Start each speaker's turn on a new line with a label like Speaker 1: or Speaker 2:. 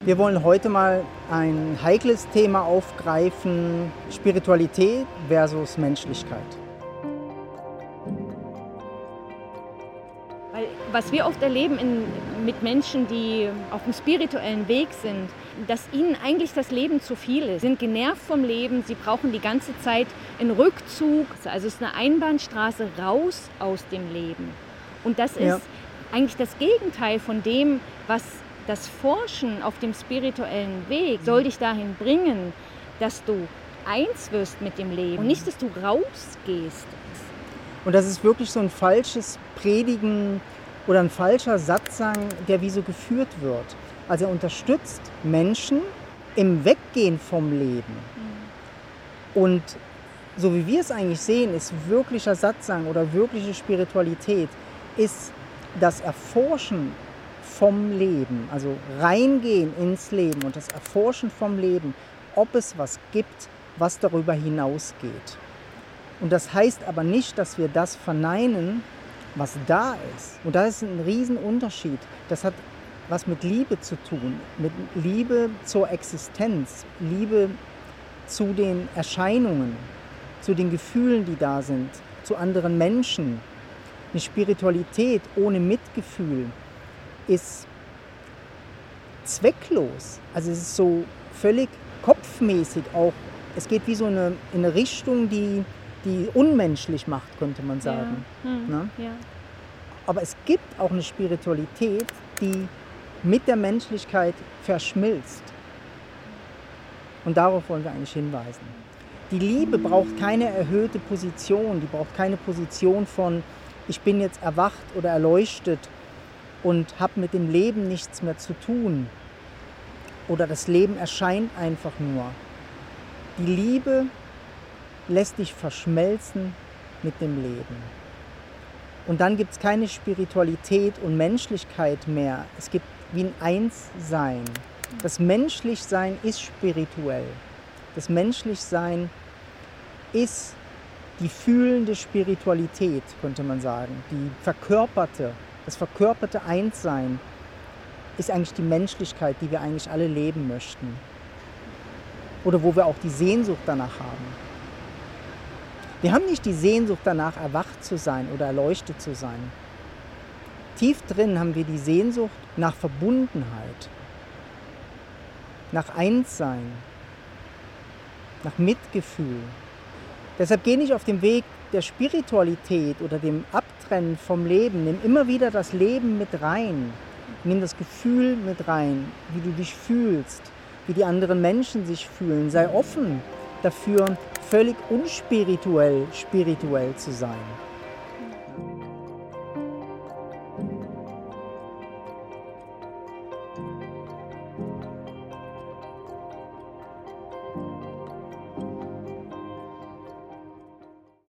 Speaker 1: Wir wollen heute mal ein heikles Thema aufgreifen: Spiritualität versus Menschlichkeit.
Speaker 2: Weil was wir oft erleben mit Menschen, die auf dem spirituellen Weg sind, dass ihnen eigentlich das Leben zu viel ist. Sie sind genervt vom Leben, sie brauchen die ganze Zeit einen Rückzug. Also es ist eine Einbahnstraße raus aus dem Leben. Und das ist eigentlich das Gegenteil von dem, was das Forschen auf dem spirituellen Weg soll dich dahin bringen, dass du eins wirst mit dem Leben und nicht, dass du rausgehst.
Speaker 1: Und das ist wirklich so ein falsches Predigen oder ein falscher Satzang, der wie so geführt wird. Also er unterstützt Menschen im Weggehen vom Leben. Und so wie wir es eigentlich sehen, ist wirklicher Satzang oder wirkliche Spiritualität, ist das Erforschen vom Leben, also reingehen ins Leben und das Erforschen vom Leben, ob es was gibt, was darüber hinausgeht. Und das heißt aber nicht, dass wir das verneinen, was da ist. Und da ist ein Riesenunterschied. Das hat was mit Liebe zu tun, mit Liebe zur Existenz, Liebe zu den Erscheinungen, zu den Gefühlen, die da sind, zu anderen Menschen. Eine Spiritualität ohne Mitgefühl ist zwecklos. Also es ist so völlig kopfmäßig auch. Es geht wie so in eine Richtung, die unmenschlich macht, könnte man sagen.
Speaker 2: Ja.
Speaker 1: Aber es gibt auch eine Spiritualität, die mit der Menschlichkeit verschmilzt. Und darauf wollen wir eigentlich hinweisen. Die Liebe braucht keine erhöhte Position, die braucht keine Position von ich bin jetzt erwacht oder erleuchtet und habe mit dem Leben nichts mehr zu tun. Oder das Leben erscheint einfach nur. Die Liebe lässt dich verschmelzen mit dem Leben. Und dann gibt es keine Spiritualität und Menschlichkeit mehr. Es gibt wie ein Einssein. Das Menschlichsein ist spirituell. Das Menschlichsein ist die fühlende Spiritualität, könnte man sagen. Das verkörperte Einssein ist eigentlich die Menschlichkeit, die wir eigentlich alle leben möchten. Oder wo wir auch die Sehnsucht danach haben. Wir haben nicht die Sehnsucht danach, erwacht zu sein oder erleuchtet zu sein. Tief drin haben wir die Sehnsucht nach Verbundenheit, nach Einssein, nach Mitgefühl. Deshalb geh nicht auf dem Weg der Spiritualität oder dem Abtrennen vom Leben. Nimm immer wieder das Leben mit rein. Nimm das Gefühl mit rein, wie du dich fühlst, wie die anderen Menschen sich fühlen. Sei offen dafür, völlig unspirituell spirituell zu sein.